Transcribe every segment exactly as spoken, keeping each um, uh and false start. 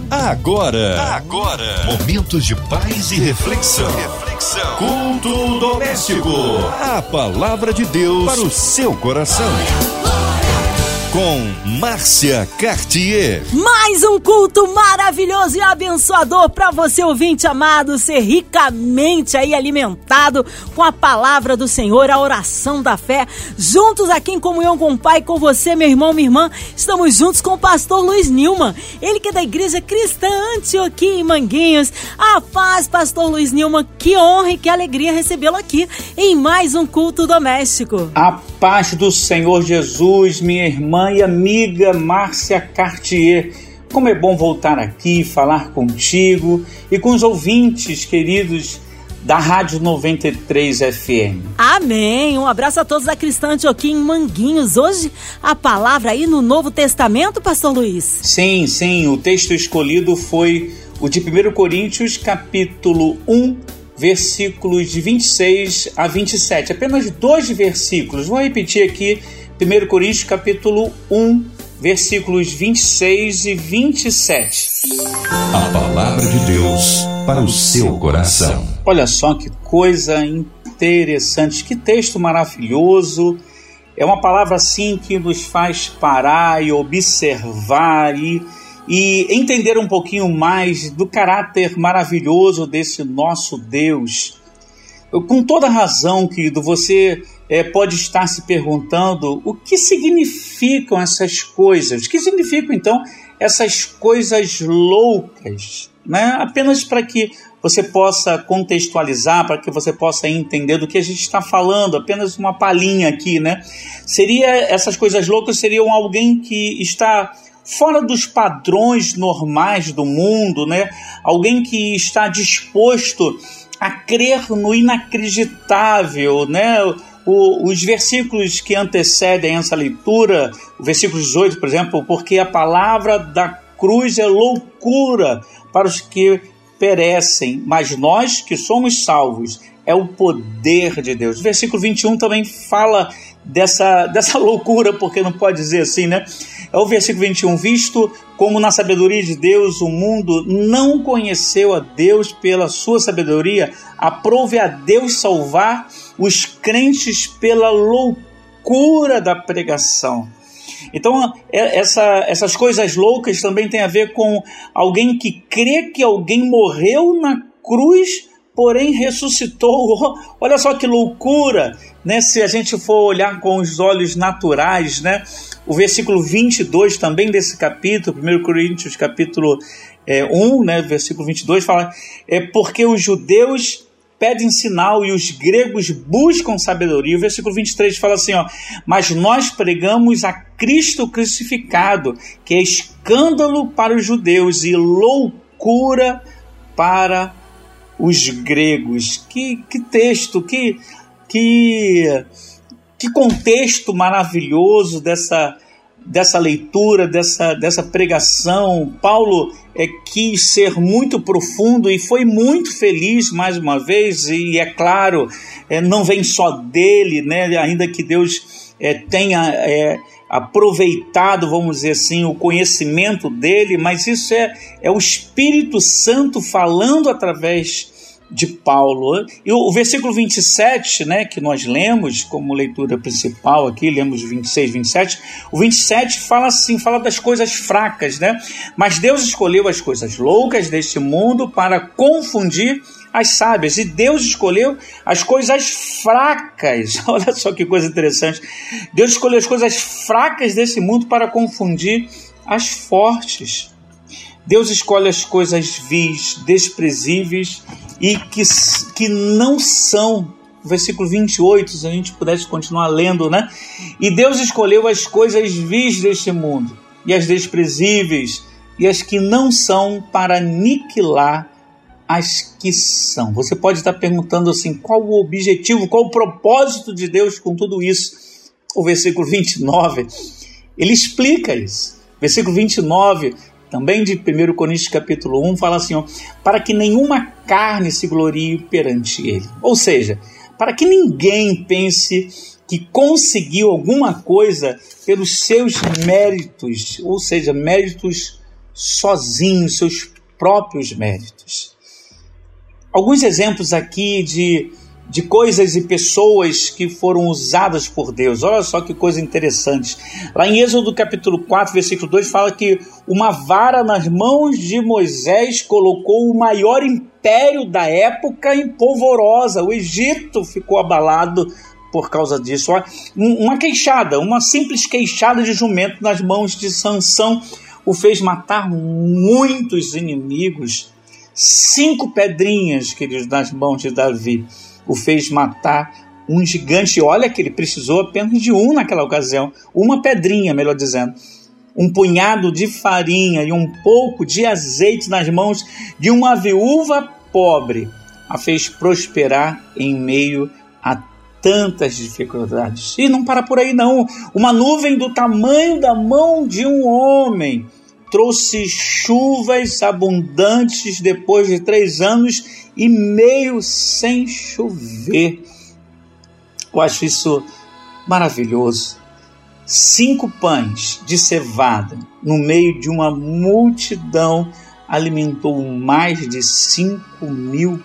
Agora, agora, momentos de paz e reflexão. Reflexão. Culto doméstico. A palavra de Deus para o seu coração. Com Márcia Cartier. Mais um culto maravilhoso e abençoador para você, ouvinte amado, ser ricamente aí alimentado com a palavra do Senhor, a oração da fé. Juntos aqui em comunhão com o Pai, com você, meu irmão, minha irmã, estamos juntos com o pastor Luiz Nilman, ele que é da Igreja Cristã Antioquia em Manguinhos. A paz, pastor Luiz Nilman, que honra e que alegria recebê-lo aqui em mais um culto doméstico. A paz do Senhor Jesus, minha irmã e amiga Márcia Cartier. Como é bom voltar aqui, falar contigo e com os ouvintes queridos da Rádio noventa e três F M. Amém! Um abraço a todos da Cristã Antioquia em Manguinhos. Hoje a palavra aí no Novo Testamento, pastor Luiz. Sim, sim, o texto escolhido foi o de primeira Coríntios, capítulo um, versículos de vinte e seis a vinte e sete. Apenas dois versículos. Vou repetir aqui. primeira Coríntios, capítulo um, versículos vinte e seis e vinte e sete. A palavra de Deus para o seu coração. Olha só que coisa interessante, que texto maravilhoso. É uma palavra assim que nos faz parar e observar e, e entender um pouquinho mais do caráter maravilhoso desse nosso Deus. Com toda razão, querido, você é, pode estar se perguntando o que significam essas coisas. O que significam, então, essas coisas loucas, né? Apenas para que você possa contextualizar, para que você possa entender do que a gente está falando, apenas uma palhinha aqui, né? Seria, essas coisas loucas seriam alguém que está fora dos padrões normais do mundo, né? Alguém que está disposto a crer no inacreditável, né? O, os versículos que antecedem essa leitura, o versículo dezoito, por exemplo, porque a palavra da cruz é loucura para os que perecem, mas nós que somos salvos, é o poder de Deus. O versículo vinte e um também fala dessa, dessa loucura, porque não pode dizer assim, né? É o versículo vinte e um, visto como na sabedoria de Deus o mundo não conheceu a Deus pela sua sabedoria, aprove a Deus salvar os crentes pela loucura da pregação. Então, essa, essas coisas loucas também tem a ver com alguém que crê que alguém morreu na cruz, porém ressuscitou. Olha só que loucura, né? Se a gente for olhar com os olhos naturais, né? O versículo vinte e dois também desse capítulo, primeira Coríntios capítulo é, um, né? Versículo vinte e dois fala, é porque os judeus pedem sinal e os gregos buscam sabedoria. O versículo vinte e três fala assim, ó, mas nós pregamos a Cristo crucificado, que é escândalo para os judeus e loucura para os gregos. Que, que texto, que, que, que contexto maravilhoso dessa, dessa leitura, dessa, dessa pregação. Paulo é, quis ser muito profundo e foi muito feliz mais uma vez, e é claro, é, não vem só dele, né? Ainda que Deus é, tenha é, aproveitado, vamos dizer assim, o conhecimento dele, mas isso é, é o Espírito Santo falando através de Paulo. E o versículo vinte e sete, né, que nós lemos como leitura principal aqui, lemos vinte e seis, vinte e sete, o vinte e sete fala assim, fala das coisas fracas, né? Mas Deus escolheu as coisas loucas deste mundo para confundir as sábias, e Deus escolheu as coisas fracas. Olha só que coisa interessante. Deus escolheu as coisas fracas desse mundo para confundir as fortes. Deus escolhe as coisas vis, desprezíveis e que, que não são. Versículo vinte e oito, se a gente pudesse continuar lendo, né? E Deus escolheu as coisas vis deste mundo e as desprezíveis e as que não são para aniquilar as que são. Você pode estar perguntando assim, qual o objetivo, qual o propósito de Deus com tudo isso? O versículo vinte e nove, ele explica isso. Versículo vinte e nove, também de primeira Coríntios capítulo um, fala assim, ó, para que nenhuma carne se glorie perante ele. Ou seja, para que ninguém pense que conseguiu alguma coisa pelos seus méritos, ou seja, méritos sozinho, seus próprios méritos. Alguns exemplos aqui de, de coisas e pessoas que foram usadas por Deus. Olha só que coisa interessante. Lá em Êxodo capítulo quatro, versículo dois, fala que uma vara nas mãos de Moisés colocou o maior império da época em polvorosa. O Egito ficou abalado por causa disso. Uma queixada, uma simples queixada de jumento nas mãos de Sansão o fez matar muitos inimigos. Cinco pedrinhas, queridos, nas mãos de Davi o fez matar um gigante. Olha que ele precisou apenas de um naquela ocasião, uma pedrinha, melhor dizendo. Um punhado de farinha e um pouco de azeite nas mãos de uma viúva pobre a fez prosperar em meio a tantas dificuldades. E não para por aí não. Uma nuvem do tamanho da mão de um homem trouxe chuvas abundantes depois de três anos e meio sem chover. Eu acho isso maravilhoso. Cinco pães de cevada no meio de uma multidão alimentou mais de cinco mil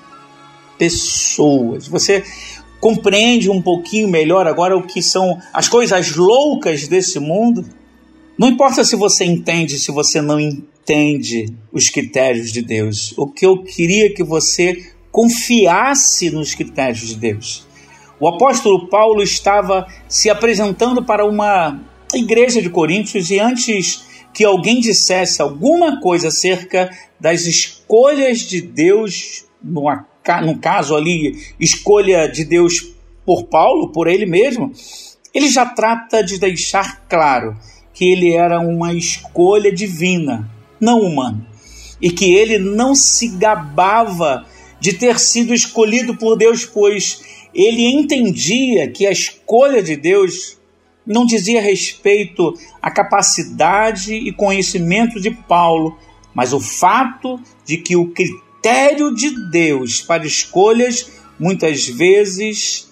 pessoas. Você compreende um pouquinho melhor agora o que são as coisas loucas desse mundo? Não importa se você entende, se você não entende os critérios de Deus. O que eu queria que você confiasse nos critérios de Deus. O apóstolo Paulo estava se apresentando para uma igreja de Coríntios e antes que alguém dissesse alguma coisa acerca das escolhas de Deus, no, no caso ali, escolha de Deus por Paulo, por ele mesmo, ele já trata de deixar claro que ele era uma escolha divina, não humana, e que ele não se gabava de ter sido escolhido por Deus, pois ele entendia que a escolha de Deus não dizia respeito à capacidade e conhecimento de Paulo, mas o fato de que o critério de Deus para escolhas muitas vezes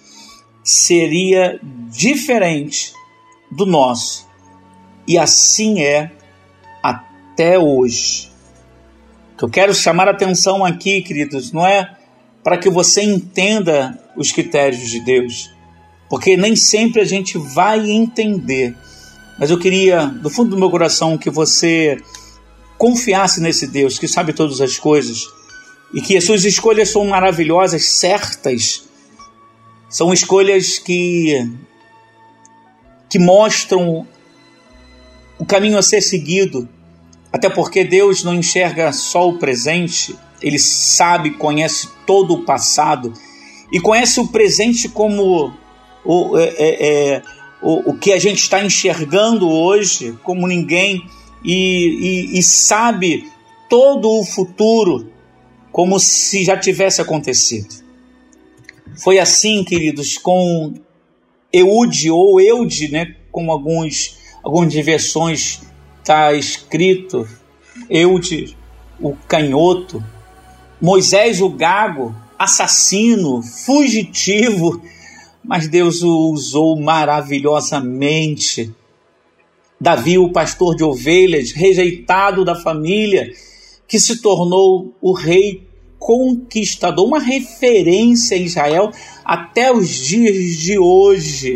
seria diferente do nosso. E assim é até hoje. O que eu quero chamar a atenção aqui, queridos, não é para que você entenda os critérios de Deus, porque nem sempre a gente vai entender. Mas eu queria, do fundo do meu coração, que você confiasse nesse Deus que sabe todas as coisas e que as suas escolhas são maravilhosas, certas. São escolhas que, que mostram o caminho a ser seguido, até porque Deus não enxerga só o presente, Ele sabe, conhece todo o passado e conhece o presente como o, é, é, o, o que a gente está enxergando hoje, como ninguém, e, e, e sabe todo o futuro como se já tivesse acontecido. Foi assim, queridos, com Eude ou Eude, né, como alguns Algumas versões está escrito, Eude, o canhoto, Moisés, o gago, assassino, fugitivo, mas Deus o usou maravilhosamente. Davi, o pastor de ovelhas, rejeitado da família, que se tornou o rei conquistador, uma referência em Israel até os dias de hoje.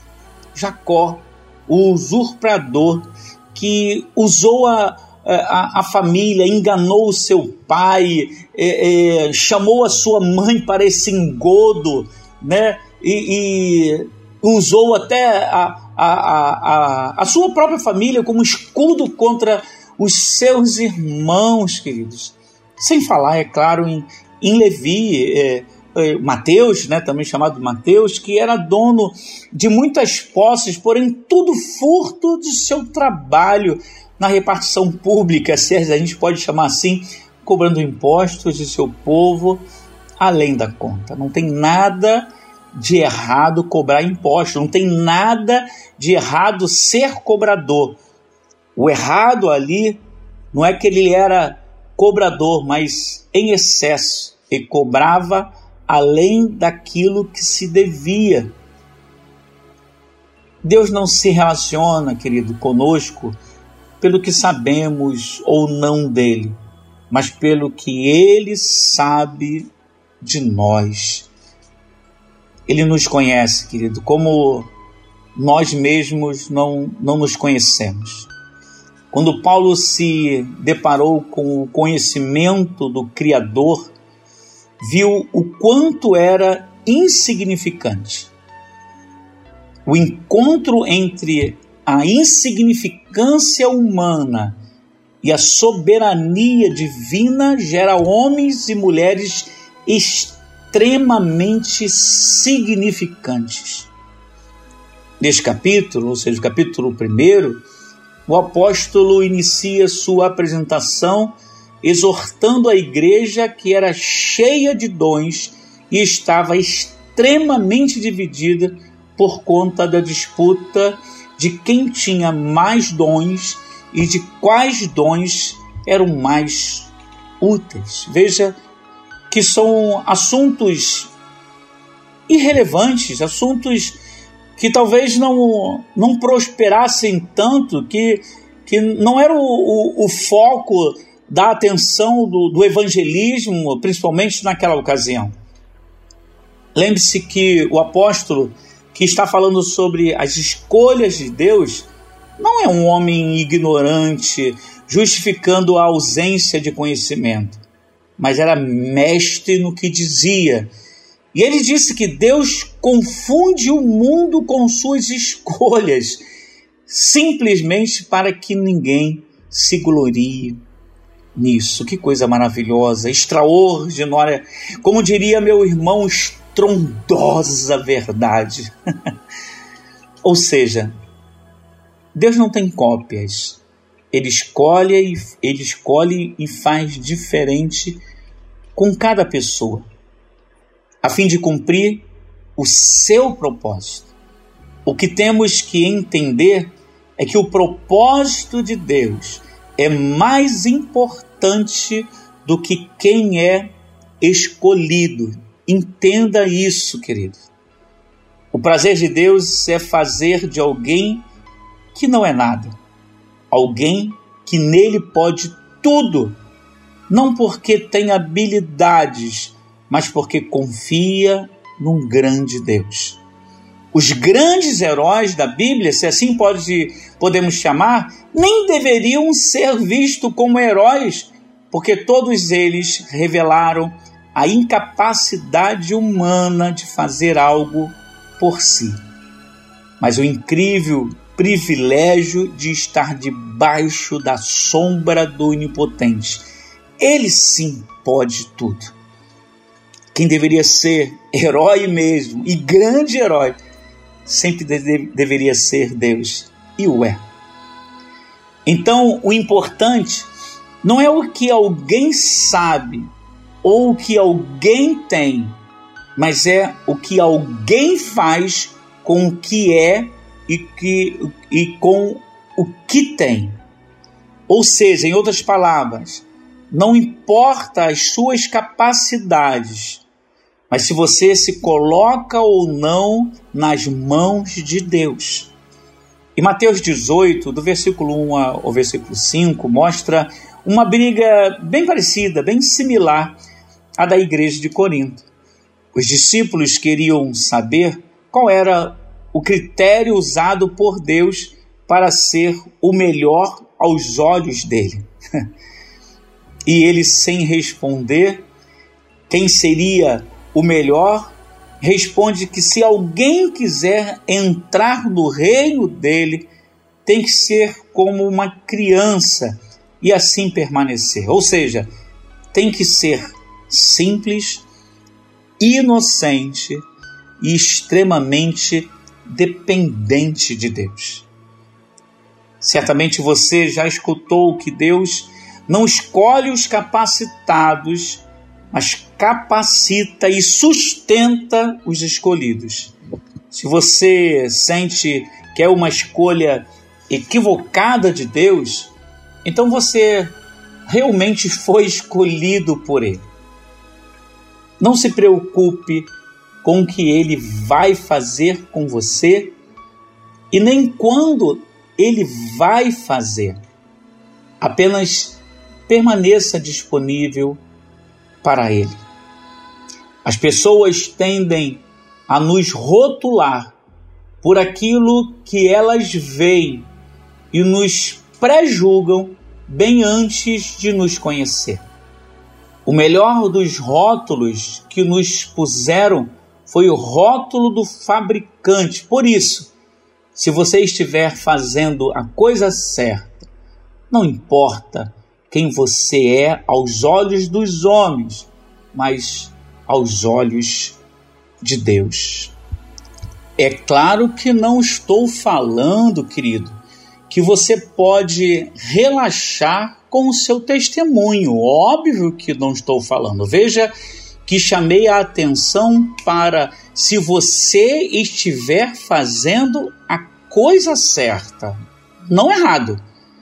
Jacó, o usurpador que usou a, a, a família, enganou o seu pai, é, é, chamou a sua mãe para esse engodo, né? e, e usou até a, a, a, a sua própria família como escudo contra os seus irmãos, queridos. Sem falar, é claro, em, em Levi, é, Mateus, né, também chamado Mateus, que era dono de muitas posses, porém tudo furto de seu trabalho na repartição pública, se a gente pode chamar assim, cobrando impostos de seu povo além da conta. Não tem nada de errado cobrar impostos, não tem nada de errado ser cobrador. O errado ali não é que ele era cobrador, mas em excesso, ele cobrava além daquilo que se devia. Deus não se relaciona, querido, conosco pelo que sabemos ou não dele, mas pelo que ele sabe de nós. Ele nos conhece, querido, como nós mesmos não, não nos conhecemos. Quando Paulo se deparou com o conhecimento do Criador, viu o quanto era insignificante. O encontro entre a insignificância humana e a soberania divina gera homens e mulheres extremamente significantes. Neste capítulo, ou seja, o capítulo primeiro, o apóstolo inicia sua apresentação exortando a igreja que era cheia de dons e estava extremamente dividida por conta da disputa de quem tinha mais dons e de quais dons eram mais úteis. Veja que são assuntos irrelevantes, assuntos que talvez não, não prosperassem tanto, que, que não era o, o, o foco da atenção do, do evangelismo, principalmente naquela ocasião. Lembre-se que o apóstolo que está falando sobre as escolhas de Deus não é um homem ignorante, justificando a ausência de conhecimento, mas era mestre no que dizia. E ele disse que Deus confunde o mundo com suas escolhas, simplesmente para que ninguém se glorie nisso. Que coisa maravilhosa, extraordinária, como diria meu irmão, estrondosa verdade. Ou seja, Deus não tem cópias. Ele escolhe, e, ele escolhe e faz diferente com cada pessoa, a fim de cumprir o seu propósito. O que temos que entender é que o propósito de Deus é mais importante do que quem é escolhido. Entenda isso, querido. O prazer de Deus é fazer de alguém que não é nada, alguém que nele pode tudo, não porque tem habilidades, mas porque confia num grande Deus. Os grandes heróis da Bíblia, se assim pode, podemos chamar, nem deveriam ser vistos como heróis, porque todos eles revelaram a incapacidade humana de fazer algo por si. Mas o incrível privilégio de estar debaixo da sombra do Onipotente. Ele sim pode tudo. Quem deveria ser herói mesmo, e grande herói, sempre deve, deveria ser Deus, e o é. Então, o importante não é o que alguém sabe, ou o que alguém tem, mas é o que alguém faz com o que é e, que, e com o que tem. Ou seja, em outras palavras, não importa as suas capacidades, mas se você se coloca ou não nas mãos de Deus. E Mateus dezoito, do versículo um ao versículo cinco, mostra uma briga bem parecida, bem similar à da igreja de Corinto. Os discípulos queriam saber qual era o critério usado por Deus para ser o melhor aos olhos dele. E ele, sem responder quem seria o melhor, responde que se alguém quiser entrar no reino dele, tem que ser como uma criança e assim permanecer. Ou seja, tem que ser simples, inocente e extremamente dependente de Deus. Certamente você já escutou que Deus não escolhe os capacitados, mas capacita e sustenta os escolhidos. Se você sente que é uma escolha equivocada de Deus, então você realmente foi escolhido por Ele. Não se preocupe com o que Ele vai fazer com você e nem quando Ele vai fazer. Apenas permaneça disponível para Ele. As pessoas tendem a nos rotular por aquilo que elas veem e nos pré-julgam bem antes de nos conhecer. O melhor dos rótulos que nos puseram foi o rótulo do fabricante. Por isso, se você estiver fazendo a coisa certa, não importa quem você é aos olhos dos homens, mas aos olhos de Deus. É claro que não estou falando, querido, que você pode relaxar com o seu testemunho. Óbvio que não estou falando. Veja que chamei a atenção para se você estiver fazendo a coisa certa, não errado,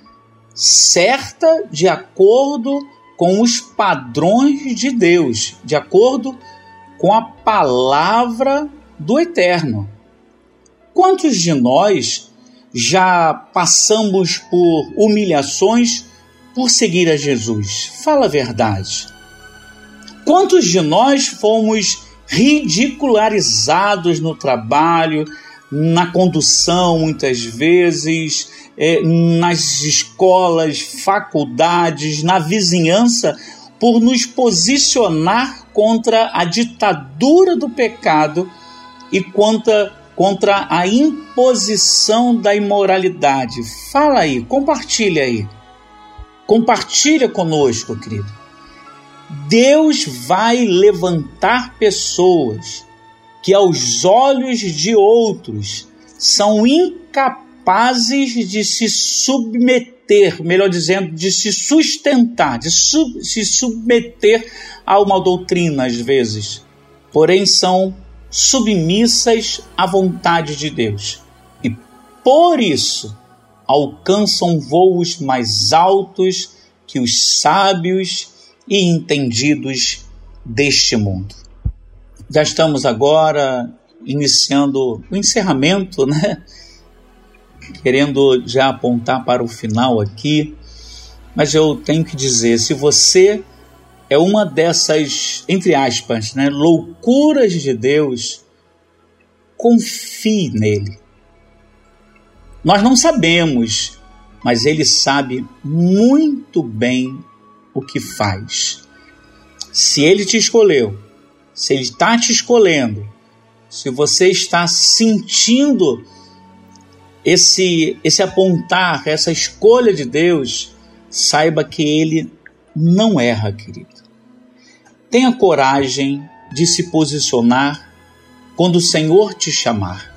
certa de acordo com os padrões de Deus, de acordo com a palavra do Eterno. Quantos de nós já passamos por humilhações por seguir a Jesus? Fala a verdade. Quantos de nós fomos ridicularizados no trabalho, na condução, muitas vezes, eh, nas escolas, faculdades, na vizinhança, por nos posicionar contra a ditadura do pecado e contra, contra a imposição da imoralidade? Fala aí, compartilha aí. Compartilha conosco, querido. Deus vai levantar pessoas que aos olhos de outros são incapazes de se submeter, melhor dizendo, de se sustentar, de sub, se submeter a uma doutrina às vezes, porém são submissas à vontade de Deus e por isso alcançam voos mais altos que os sábios e entendidos deste mundo. Já estamos agora iniciando o encerramento, né? Querendo já apontar para o final aqui, mas eu tenho que dizer, se você é uma dessas, entre aspas, né, loucuras de Deus, confie nele. Nós não sabemos, mas ele sabe muito bem o que faz. Se ele te escolheu, se ele está te escolhendo, se você está sentindo esse, esse apontar, essa escolha de Deus, saiba que ele não erra, querido. Tenha coragem de se posicionar quando o Senhor te chamar.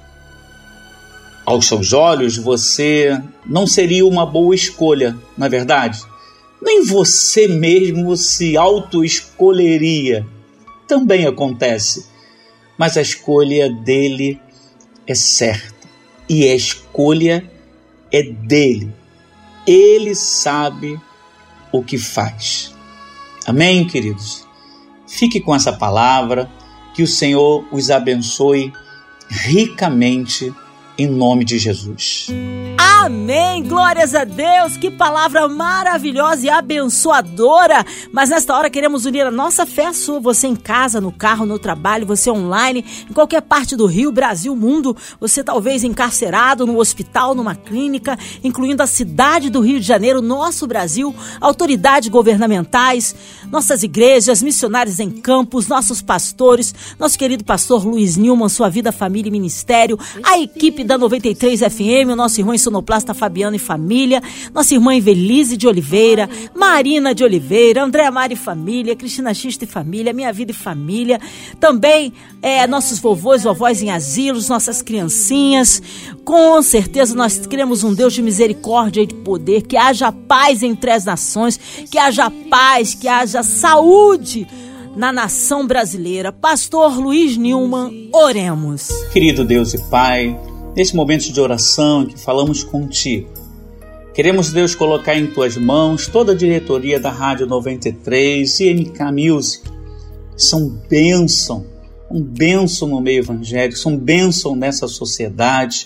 Aos seus olhos, você não seria uma boa escolha, não é verdade? Nem você mesmo se auto-escolheria. Também acontece. Mas a escolha dele é certa. E a escolha é dele. Ele sabe o que faz. Amém, queridos? Fique com essa palavra. Que o Senhor os abençoe ricamente em nome de Jesus. Amém, glórias a Deus, que palavra maravilhosa e abençoadora. Mas nesta hora queremos unir a nossa fé à sua, você em casa, no carro, no trabalho, você online, em qualquer parte do Rio, Brasil, mundo, você talvez encarcerado no hospital, numa clínica, incluindo a cidade do Rio de Janeiro, nosso Brasil, autoridades governamentais, nossas igrejas, missionários em campos, nossos pastores, nosso querido pastor Luiz Nilman, sua vida, família e ministério, a equipe da noventa e três F M, o nosso irmão sonoplasta Fabiano e família, nossa irmã Evelise de Oliveira, Marina de Oliveira, Andréa Mari e família, Cristina Xista e família, Minha Vida e família, também é, nossos vovôs, vovós em asilos, nossas criancinhas. Com certeza nós cremos um Deus de misericórdia e de poder, que haja paz entre as nações, que haja paz, que haja saúde na nação brasileira. Pastor Luiz Nilman, oremos. Querido Deus e Pai, nesse momento de oração em que falamos contigo, queremos, Deus, colocar em tuas mãos toda a diretoria da Rádio noventa e três e M K Music. São bênção, um bênção no meio evangélico, são bênção nessa sociedade.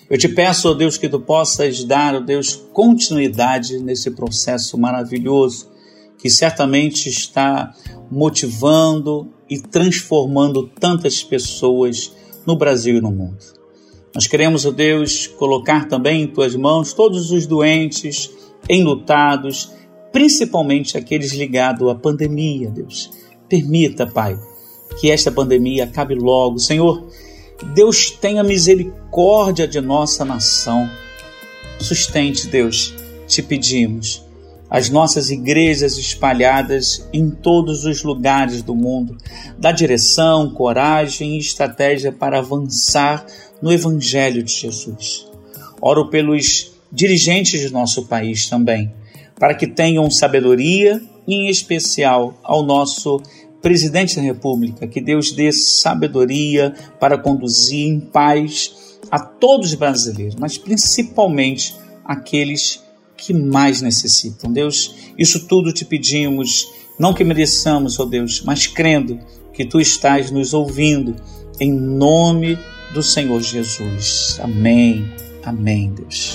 Eu te peço, ó Deus, que tu possas dar, ó Deus, continuidade nesse processo maravilhoso que certamente está motivando e transformando tantas pessoas no Brasil e no mundo. Nós queremos, ó Deus, colocar também em tuas mãos todos os doentes, enlutados, principalmente aqueles ligados à pandemia, Deus. Permita, Pai, que esta pandemia acabe logo. Senhor, Deus tenha misericórdia de nossa nação. Sustente, Deus, te pedimos, as nossas igrejas espalhadas em todos os lugares do mundo. Dá direção, coragem e estratégia para avançar no Evangelho de Jesus. Oro pelos dirigentes de nosso país também, para que tenham sabedoria, e em especial ao nosso Presidente da República, que Deus dê sabedoria para conduzir em paz a todos os brasileiros, mas principalmente aqueles que mais necessitam. Deus, isso tudo te pedimos, não que mereçamos, ó Deus, mas crendo que tu estás nos ouvindo, em nome do Senhor Jesus. Amém. Amém, Deus.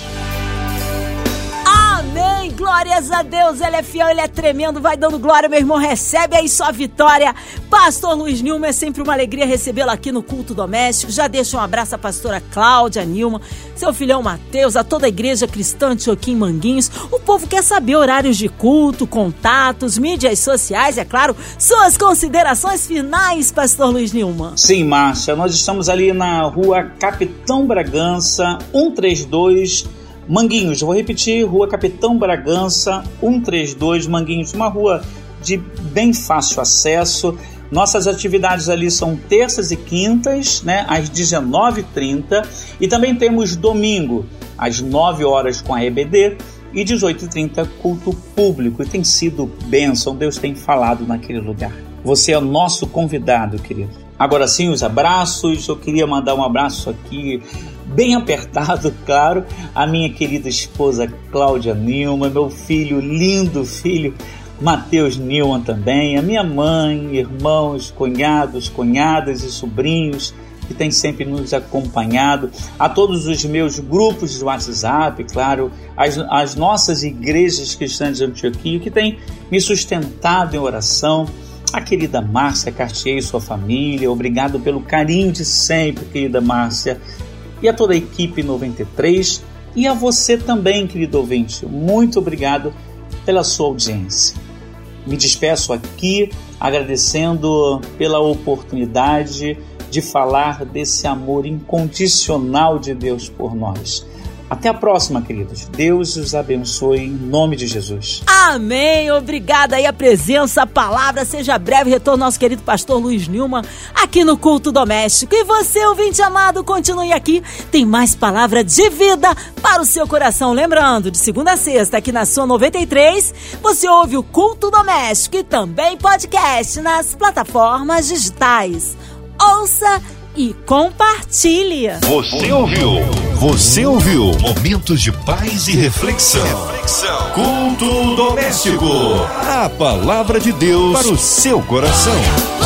Glórias a Deus, Ele é fiel, Ele é tremendo, vai dando glória, meu irmão, recebe aí sua vitória. Pastor Luiz Nilman, é sempre uma alegria recebê-lo aqui no Culto Doméstico. Já deixa um abraço à pastora Cláudia Nilman, seu filhão Mateus, a toda a igreja cristã de Joaquim Manguinhos. O povo quer saber horários de culto, contatos, mídias sociais, é claro, suas considerações finais, pastor Luiz Nilman. Sim, Márcia, nós estamos ali na rua Capitão Bragança, cento e trinta e dois, Manguinhos. Eu vou repetir, rua Capitão Bragança, cento e trinta e dois, Manguinhos, uma rua de bem fácil acesso. Nossas atividades ali são terças e quintas, né, às dezenove e trinta, e também temos domingo, às nove horas com a E B D e dezoito e trinta culto público, e tem sido bênção, Deus tem falado naquele lugar. Você é o nosso convidado, querido. Agora sim, os abraços. Eu queria mandar um abraço aqui, bem apertado, claro, a minha querida esposa Cláudia Nilman, meu filho, lindo filho Mateus Nilman também, a minha mãe, irmãos, cunhados, cunhadas e sobrinhos que têm sempre nos acompanhado, a todos os meus grupos de WhatsApp, claro, as, as nossas igrejas cristãs de Antioquia que têm me sustentado em oração, a querida Márcia Cartier e sua família, obrigado pelo carinho de sempre, querida Márcia, e a toda a equipe noventa e três, e a você também, querido ouvinte, muito obrigado pela sua audiência. Me despeço aqui agradecendo pela oportunidade de falar desse amor incondicional de Deus por nós. Até a próxima, queridos. Deus os abençoe em nome de Jesus. Amém. Obrigada aí a presença, a palavra. Seja breve retorno nosso querido pastor Luiz Nilman aqui no Culto Doméstico. E você, ouvinte amado, continue aqui. Tem mais palavra de vida para o seu coração. Lembrando, de segunda a sexta, aqui na sua noventa e três, você ouve o Culto Doméstico e também podcast nas plataformas digitais. Ouça e compartilha. Você ouviu? Você ouviu? Momentos de paz e reflexão. Reflexão. Culto doméstico. A palavra de Deus para o seu coração.